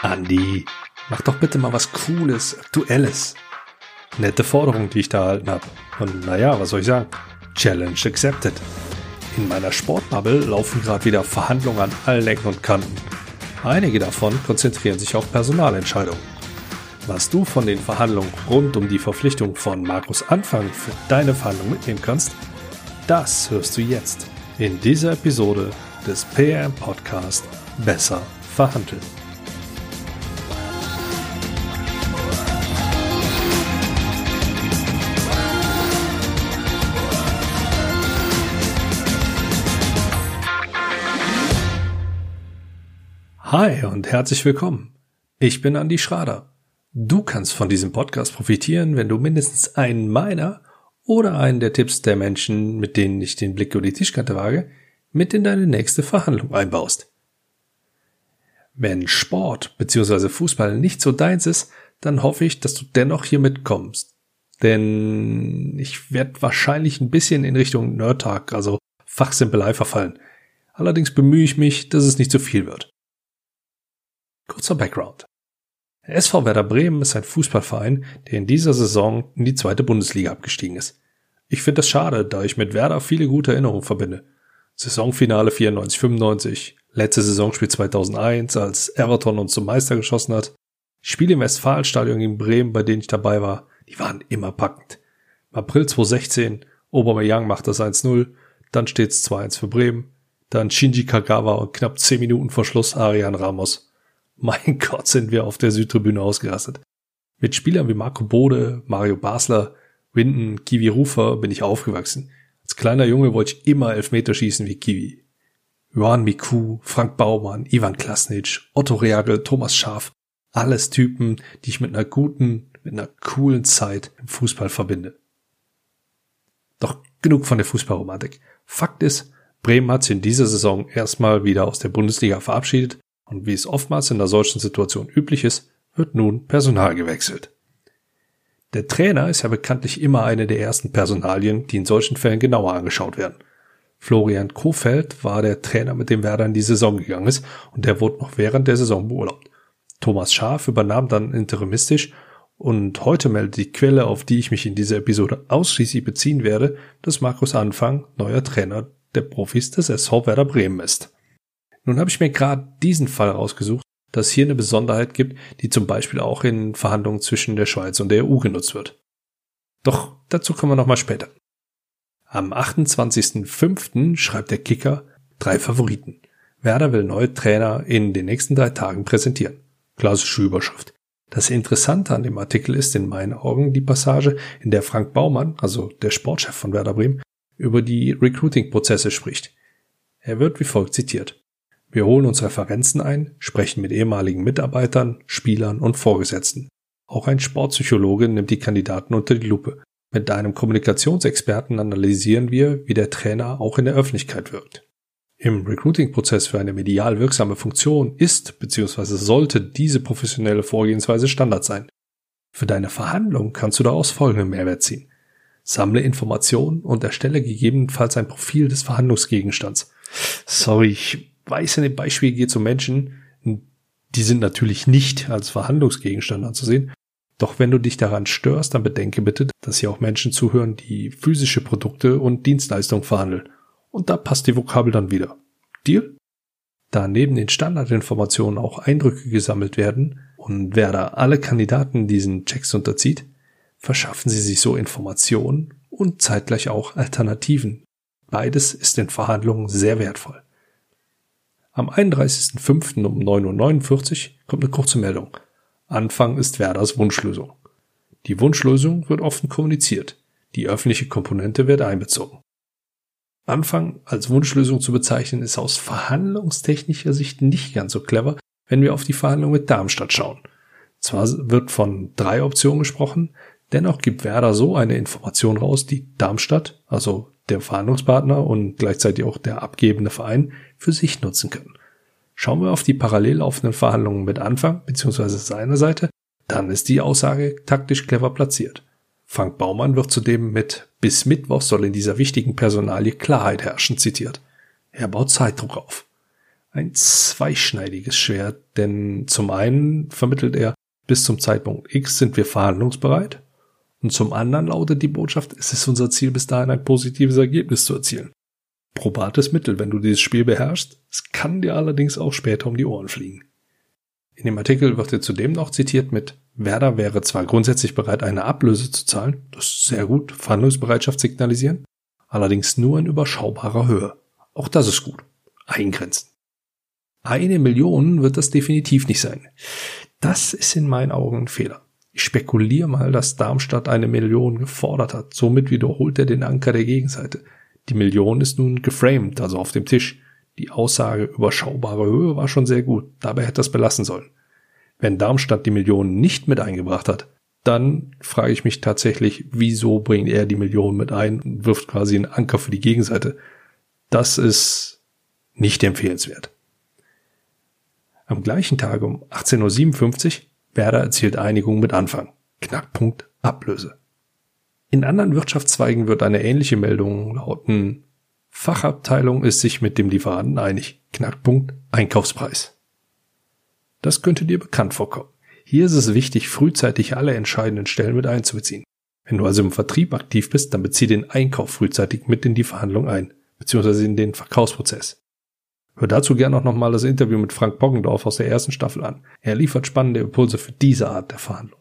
Andi, mach doch bitte mal was Cooles, Aktuelles. Nette Forderung, die ich da erhalten habe. Und naja, was soll ich sagen? Challenge accepted. In meiner Sportbubble laufen gerade wieder Verhandlungen an allen Ecken und Kanten. Einige davon konzentrieren sich auf Personalentscheidungen. Was du von den Verhandlungen rund um die Verpflichtung von Markus Anfang für deine Verhandlung mitnehmen kannst, das hörst du jetzt in dieser Episode des PM-Podcast Besser verhandeln. Hi und herzlich willkommen. Ich bin Andi Schrader. Du kannst von diesem Podcast profitieren, wenn du mindestens einen meiner oder einen der Tipps der Menschen, mit denen ich den Blick über die Tischkante wage, mit in deine nächste Verhandlung einbaust. Wenn Sport bzw. Fußball nicht so deins ist, dann hoffe ich, dass du dennoch hier mitkommst. Denn ich werde wahrscheinlich ein bisschen in Richtung Nerd-Talk, also Fachsimpelei verfallen. Allerdings bemühe ich mich, dass es nicht zu viel wird. Kurzer Background. Der SV Werder Bremen ist ein Fußballverein, der in dieser Saison in die 2. Bundesliga abgestiegen ist. Ich finde das schade, da ich mit Werder viele gute Erinnerungen verbinde. Saisonfinale 94-95, letztes Saisonspiel 2001, als Everton uns zum Meister geschossen hat. Die Spiele im Westfalenstadion gegen Bremen, bei denen ich dabei war, die waren immer packend. Im April 2016, Aubameyang macht das 1-0, dann steht's 2-1 für Bremen, dann Shinji Kagawa und knapp 10 Minuten vor Schluss Adrian Ramos. Mein Gott, sind wir auf der Südtribüne ausgerastet. Mit Spielern wie Marco Bode, Mario Basler, Winden, Kiwi Rufer bin ich aufgewachsen. Als kleiner Junge wollte ich immer Elfmeter schießen wie Kiwi. Johan Miku, Frank Baumann, Ivan Klasnic, Otto Reagel, Thomas Schaaf. Alles Typen, die ich mit einer coolen Zeit im Fußball verbinde. Doch genug von der Fußballromantik. Fakt ist, Bremen hat sich in dieser Saison erstmal wieder aus der Bundesliga verabschiedet. Und wie es oftmals in einer solchen Situation üblich ist, wird nun Personal gewechselt. Der Trainer ist ja bekanntlich immer eine der ersten Personalien, die in solchen Fällen genauer angeschaut werden. Florian Kohfeldt war der Trainer, mit dem Werder in die Saison gegangen ist, und der wurde noch während der Saison beurlaubt. Thomas Schaaf übernahm dann interimistisch, und heute meldet die Quelle, auf die ich mich in dieser Episode ausschließlich beziehen werde, dass Markus Anfang neuer Trainer der Profis des SV Werder Bremen ist. Nun habe ich mir gerade diesen Fall rausgesucht, dass hier eine Besonderheit gibt, die zum Beispiel auch in Verhandlungen zwischen der Schweiz und der EU genutzt wird. Doch dazu kommen wir nochmal später. Am 28.05. schreibt der Kicker 3 Favoriten. Werder will neue Trainer in den nächsten 3 Tagen präsentieren. Klassische Überschrift. Das Interessante an dem Artikel ist in meinen Augen die Passage, in der Frank Baumann, also der Sportchef von Werder Bremen, über die Recruiting-Prozesse spricht. Er wird wie folgt zitiert. Wir holen uns Referenzen ein, sprechen mit ehemaligen Mitarbeitern, Spielern und Vorgesetzten. Auch ein Sportpsychologe nimmt die Kandidaten unter die Lupe. Mit einem Kommunikationsexperten analysieren wir, wie der Trainer auch in der Öffentlichkeit wirkt. Im Recruiting-Prozess für eine medial wirksame Funktion ist bzw. sollte diese professionelle Vorgehensweise Standard sein. Für deine Verhandlung kannst du daraus folgenden Mehrwert ziehen. Sammle Informationen und erstelle gegebenenfalls ein Profil des Verhandlungsgegenstands. Sorry, ich weiß, in dem Beispiel geht es um Menschen, die sind natürlich nicht als Verhandlungsgegenstand anzusehen. Doch wenn du dich daran störst, dann bedenke bitte, dass hier auch Menschen zuhören, die physische Produkte und Dienstleistungen verhandeln. Und da passt die Vokabel dann wieder. Deal? Da neben den Standardinformationen auch Eindrücke gesammelt werden und wer da alle Kandidaten diesen Checks unterzieht, verschaffen sie sich so Informationen und zeitgleich auch Alternativen. Beides ist in Verhandlungen sehr wertvoll. Am 31.05. um 9.49 Uhr kommt eine kurze Meldung. Anfang ist Werders Wunschlösung. Die Wunschlösung wird offen kommuniziert. Die öffentliche Komponente wird einbezogen. Anfang als Wunschlösung zu bezeichnen ist aus verhandlungstechnischer Sicht nicht ganz so clever, wenn wir auf die Verhandlung mit Darmstadt schauen. Zwar wird von 3 Optionen gesprochen, dennoch gibt Werder so eine Information raus, die Darmstadt, also der Verhandlungspartner und gleichzeitig auch der abgebende Verein, für sich nutzen können. Schauen wir auf die parallel laufenden Verhandlungen mit Anfang bzw. seiner Seite, dann ist die Aussage taktisch clever platziert. Frank Baumann wird zudem mit „Bis Mittwoch soll in dieser wichtigen Personalie Klarheit herrschen" zitiert. Er baut Zeitdruck auf. ein zweischneidiges Schwert, denn zum einen vermittelt er, bis zum Zeitpunkt X sind wir verhandlungsbereit, und zum anderen lautet die Botschaft, es ist unser Ziel, bis dahin ein positives Ergebnis zu erzielen. Probates Mittel, wenn du dieses Spiel beherrschst, es kann dir allerdings auch später um die Ohren fliegen. In dem Artikel wird er zudem noch zitiert mit: Werder wäre zwar grundsätzlich bereit, eine Ablöse zu zahlen, das ist sehr gut, Verhandlungsbereitschaft signalisieren, allerdings nur in überschaubarer Höhe. Auch das ist gut. Eingrenzen. 1 Million wird das definitiv nicht sein. Das ist in meinen Augen ein Fehler. Ich spekuliere mal, dass Darmstadt 1 Million gefordert hat. Somit wiederholt er den Anker der Gegenseite. Die Million ist nun geframed, also auf dem Tisch. Die Aussage überschaubare Höhe war schon sehr gut. Dabei hätte er es belassen sollen. Wenn Darmstadt die Million nicht mit eingebracht hat, dann frage ich mich tatsächlich, wieso bringt er die Million mit ein und wirft quasi einen Anker für die Gegenseite. Das ist nicht empfehlenswert. Am gleichen Tag um 18:57 Uhr, Werder erzielt Einigung mit Anfang. Knackpunkt Ablöse. In anderen Wirtschaftszweigen wird eine ähnliche Meldung lauten: Fachabteilung ist sich mit dem Lieferanten einig. Knackpunkt Einkaufspreis. Das könnte dir bekannt vorkommen. Hier ist es wichtig, frühzeitig alle entscheidenden Stellen mit einzubeziehen. Wenn du also im Vertrieb aktiv bist, dann bezieh den Einkauf frühzeitig mit in die Verhandlung ein, beziehungsweise in den Verkaufsprozess. Hör dazu gerne auch nochmal das Interview mit Frank Boggendorf aus der ersten Staffel an. Er liefert spannende Impulse für diese Art der Verhandlung.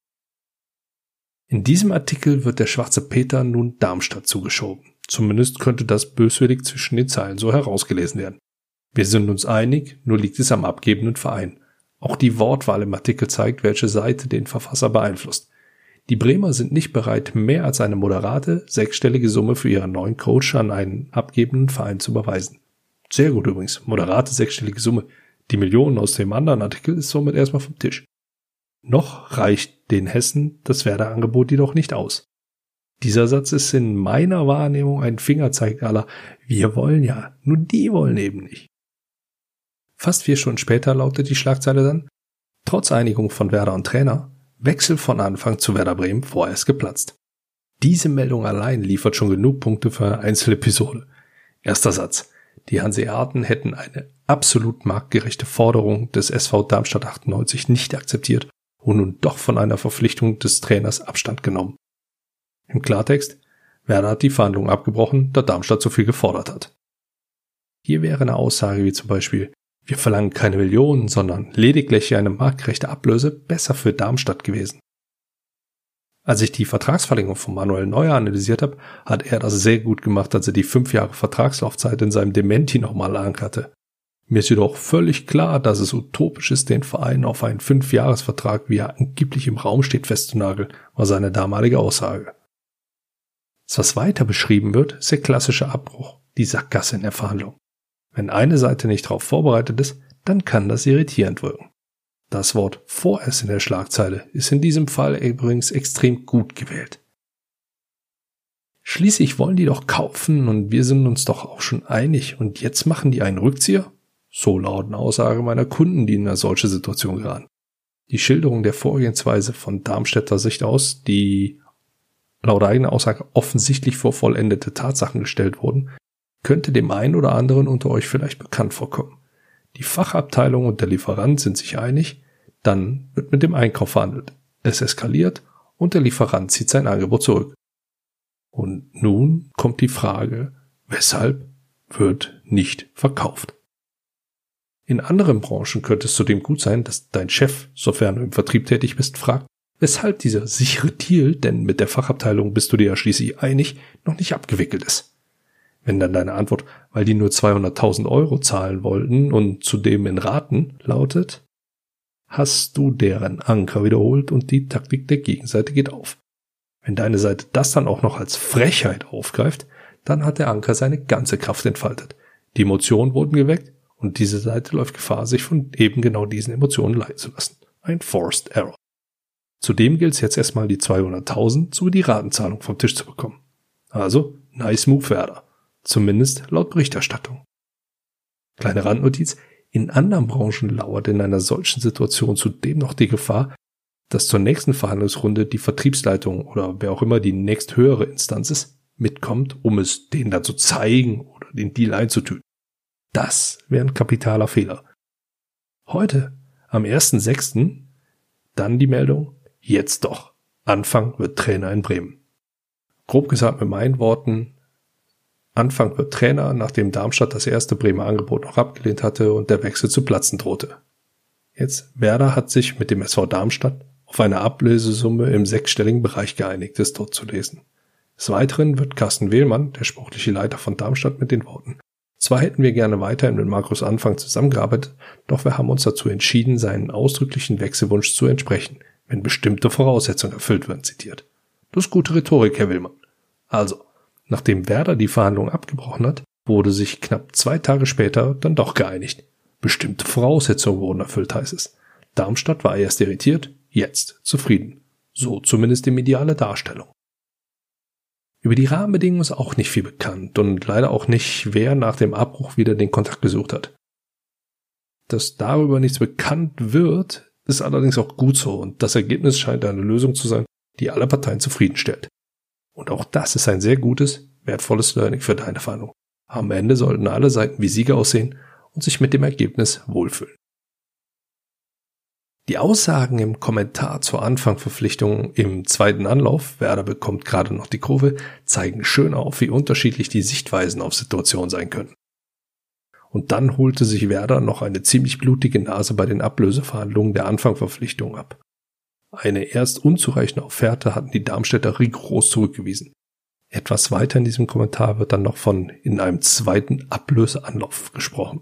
In diesem Artikel wird der schwarze Peter nun Darmstadt zugeschoben. Zumindest könnte das böswillig zwischen den Zeilen so herausgelesen werden. Wir sind uns einig, nur liegt es am abgebenden Verein. Auch die Wortwahl im Artikel zeigt, welche Seite den Verfasser beeinflusst. Die Bremer sind nicht bereit, mehr als eine moderate, 6-stellige Summe für ihren neuen Coach an einen abgebenden Verein zu überweisen. Sehr gut übrigens, moderate 6-stellige Summe. Die Millionen aus dem anderen Artikel ist somit erstmal vom Tisch. Noch reicht den Hessen das Werder-Angebot jedoch nicht aus. Dieser Satz ist in meiner Wahrnehmung ein Fingerzeig aller: Wir wollen ja, nur die wollen eben nicht. Fast 4 Stunden später lautet die Schlagzeile dann: Trotz Einigung von Werder und Trainer, Wechsel von Anfang zu Werder Bremen vorerst geplatzt. Diese Meldung allein liefert schon genug Punkte für eine Einzelepisode. Erster Satz: Die Hanseaten hätten eine absolut marktgerechte Forderung des SV Darmstadt 98 nicht akzeptiert und nun doch von einer Verpflichtung des Trainers Abstand genommen. Im Klartext: Werder hat die Verhandlungen abgebrochen, da Darmstadt zu viel gefordert hat. Hier wäre eine Aussage wie zum Beispiel: Wir verlangen keine Millionen, sondern lediglich eine marktgerechte Ablöse besser für Darmstadt gewesen. Als ich die Vertragsverlängerung von Manuel Neuer analysiert habe, hat er das sehr gut gemacht, als er die 5 Jahre Vertragslaufzeit in seinem Dementi nochmal ankerte. Mir ist jedoch völlig klar, dass es utopisch ist, den Verein auf einen 5-Jahres-Vertrag, wie er angeblich im Raum steht, festzunageln, war seine damalige Aussage. Das, was weiter beschrieben wird, ist der klassische Abbruch, die Sackgasse in der Verhandlung. Wenn eine Seite nicht darauf vorbereitet ist, dann kann das irritierend wirken. Das Wort vorerst in der Schlagzeile ist in diesem Fall übrigens extrem gut gewählt. Schließlich wollen die doch kaufen und wir sind uns doch auch schon einig und jetzt machen die einen Rückzieher? So lauten Aussagen meiner Kunden, die in eine solche Situation geraten. Die Schilderung der Vorgehensweise von Darmstädter Sicht aus, die laut eigener Aussage offensichtlich vor vollendete Tatsachen gestellt wurden, könnte dem einen oder anderen unter euch vielleicht bekannt vorkommen. Die Fachabteilung und der Lieferant sind sich einig, dann wird mit dem Einkauf verhandelt. Es eskaliert und der Lieferant zieht sein Angebot zurück. Und nun kommt die Frage, weshalb wird nicht verkauft? In anderen Branchen könnte es zudem gut sein, dass dein Chef, sofern du im Vertrieb tätig bist, fragt, weshalb dieser sichere Deal, denn mit der Fachabteilung bist du dir ja schließlich einig, noch nicht abgewickelt ist. Wenn dann deine Antwort, weil die nur 200.000 € zahlen wollten und zudem in Raten lautet, hast du deren Anker wiederholt und die Taktik der Gegenseite geht auf. Wenn deine Seite das dann auch noch als Frechheit aufgreift, dann hat der Anker seine ganze Kraft entfaltet. Die Emotionen wurden geweckt und diese Seite läuft Gefahr, sich von eben genau diesen Emotionen leiten zu lassen. Ein Forced Error. Zudem gilt es jetzt erstmal die 200.000 sowie die Ratenzahlung vom Tisch zu bekommen. Also, nice move, Werder. Zumindest laut Berichterstattung. Kleine Randnotiz: In anderen Branchen lauert in einer solchen Situation zudem noch die Gefahr, dass zur nächsten Verhandlungsrunde die Vertriebsleitung oder wer auch immer die nächsthöhere Instanz ist, mitkommt, um es denen dann zu zeigen oder den Deal einzutüten. Das wäre ein kapitaler Fehler. Heute, am 1.6., dann die Meldung, jetzt doch. Anfang wird Trainer in Bremen. Grob gesagt mit meinen Worten, Anfang wird Trainer, nachdem Darmstadt das erste Bremer Angebot noch abgelehnt hatte und der Wechsel zu platzen drohte. Jetzt, Werder hat sich mit dem SV Darmstadt auf eine Ablösesumme im 6-stelligen Bereich geeinigt, ist dort zu lesen. Des Weiteren wird Carsten Wehlmann, der sportliche Leiter von Darmstadt, mit den Worten: Zwar hätten wir gerne weiterhin mit Markus Anfang zusammengearbeitet, doch wir haben uns dazu entschieden, seinen ausdrücklichen Wechselwunsch zu entsprechen, wenn bestimmte Voraussetzungen erfüllt werden, zitiert. Das ist gute Rhetorik, Herr Wehlmann. Also, nachdem Werder die Verhandlungen abgebrochen hat, wurde sich knapp 2 Tage später dann doch geeinigt. Bestimmte Voraussetzungen wurden erfüllt, heißt es. Darmstadt war erst irritiert, jetzt zufrieden. So zumindest die mediale Darstellung. Über die Rahmenbedingungen ist auch nicht viel bekannt und leider auch nicht, wer nach dem Abbruch wieder den Kontakt gesucht hat. Dass darüber nichts bekannt wird, ist allerdings auch gut so und das Ergebnis scheint eine Lösung zu sein, die alle Parteien zufriedenstellt. Und auch das ist ein sehr gutes, wertvolles Learning für deine Verhandlung. Am Ende sollten alle Seiten wie Sieger aussehen und sich mit dem Ergebnis wohlfühlen. Die Aussagen im Kommentar zur Anfangverpflichtung im zweiten Anlauf, Werder bekommt gerade noch die Kurve, zeigen schön auf, wie unterschiedlich die Sichtweisen auf Situationen sein können. Und dann holte sich Werder noch eine ziemlich blutige Nase bei den Ablöseverhandlungen der Anfangverpflichtung ab. Eine erst unzureichende Offerte hatten die Darmstädter rigoros zurückgewiesen. Etwas weiter in diesem Kommentar wird dann noch von in einem zweiten Ablöseanlauf gesprochen.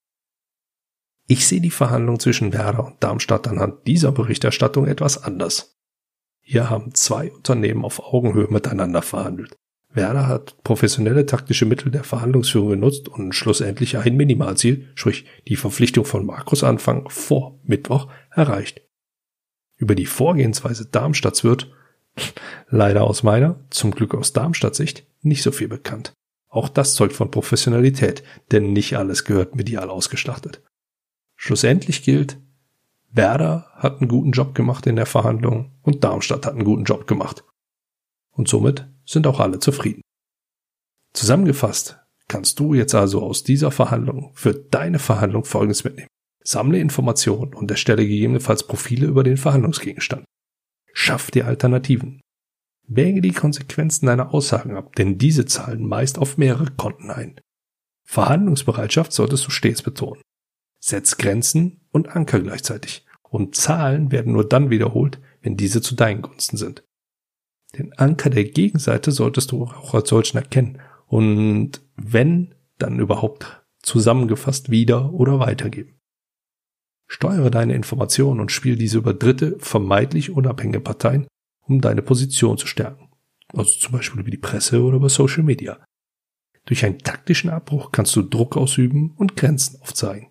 Ich sehe die Verhandlungen zwischen Werder und Darmstadt anhand dieser Berichterstattung etwas anders. Hier haben 2 Unternehmen auf Augenhöhe miteinander verhandelt. Werder hat professionelle taktische Mittel der Verhandlungsführung genutzt und schlussendlich ein Minimalziel, sprich die Verpflichtung von Markus Anfang vor Mittwoch, erreicht. Über die Vorgehensweise Darmstadts wird, leider aus meiner, zum Glück aus Darmstadts Sicht, nicht so viel bekannt. Auch das zeugt von Professionalität, denn nicht alles gehört medial ausgeschlachtet. Schlussendlich gilt, Werder hat einen guten Job gemacht in der Verhandlung und Darmstadt hat einen guten Job gemacht. Und somit sind auch alle zufrieden. Zusammengefasst kannst du jetzt also aus dieser Verhandlung für deine Verhandlung Folgendes mitnehmen. Sammle Informationen und erstelle gegebenenfalls Profile über den Verhandlungsgegenstand. Schaff dir Alternativen. Wäge die Konsequenzen deiner Aussagen ab, denn diese zahlen meist auf mehrere Konten ein. Verhandlungsbereitschaft solltest du stets betonen. Setz Grenzen und Anker gleichzeitig. Und Zahlen werden nur dann wiederholt, wenn diese zu deinen Gunsten sind. Den Anker der Gegenseite solltest du auch als solchen erkennen und wenn, dann überhaupt zusammengefasst wieder oder weitergeben. Steuere deine Informationen und spiele diese über dritte, vermeintlich unabhängige Parteien, um deine Position zu stärken. Also zum Beispiel über die Presse oder über Social Media. Durch einen taktischen Abbruch kannst du Druck ausüben und Grenzen aufzeigen.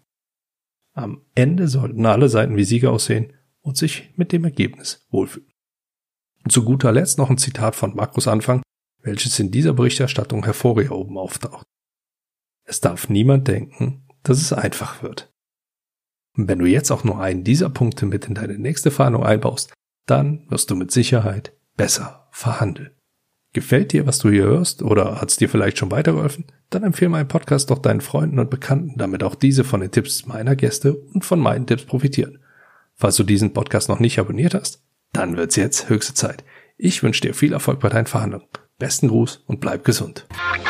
Am Ende sollten alle Seiten wie Sieger aussehen und sich mit dem Ergebnis wohlfühlen. Und zu guter Letzt noch ein Zitat von Markus Anfang, welches in dieser Berichterstattung hervorgehoben auftaucht. Es darf niemand denken, dass es einfach wird. Und wenn du jetzt auch nur einen dieser Punkte mit in deine nächste Verhandlung einbaust, dann wirst du mit Sicherheit besser verhandeln. Gefällt dir, was du hier hörst, oder hat es dir vielleicht schon weitergeholfen? Dann empfehle meinen Podcast doch deinen Freunden und Bekannten, damit auch diese von den Tipps meiner Gäste und von meinen Tipps profitieren. Falls du diesen Podcast noch nicht abonniert hast, dann wird's jetzt höchste Zeit. Ich wünsche dir viel Erfolg bei deinen Verhandlungen. Besten Gruß und bleib gesund.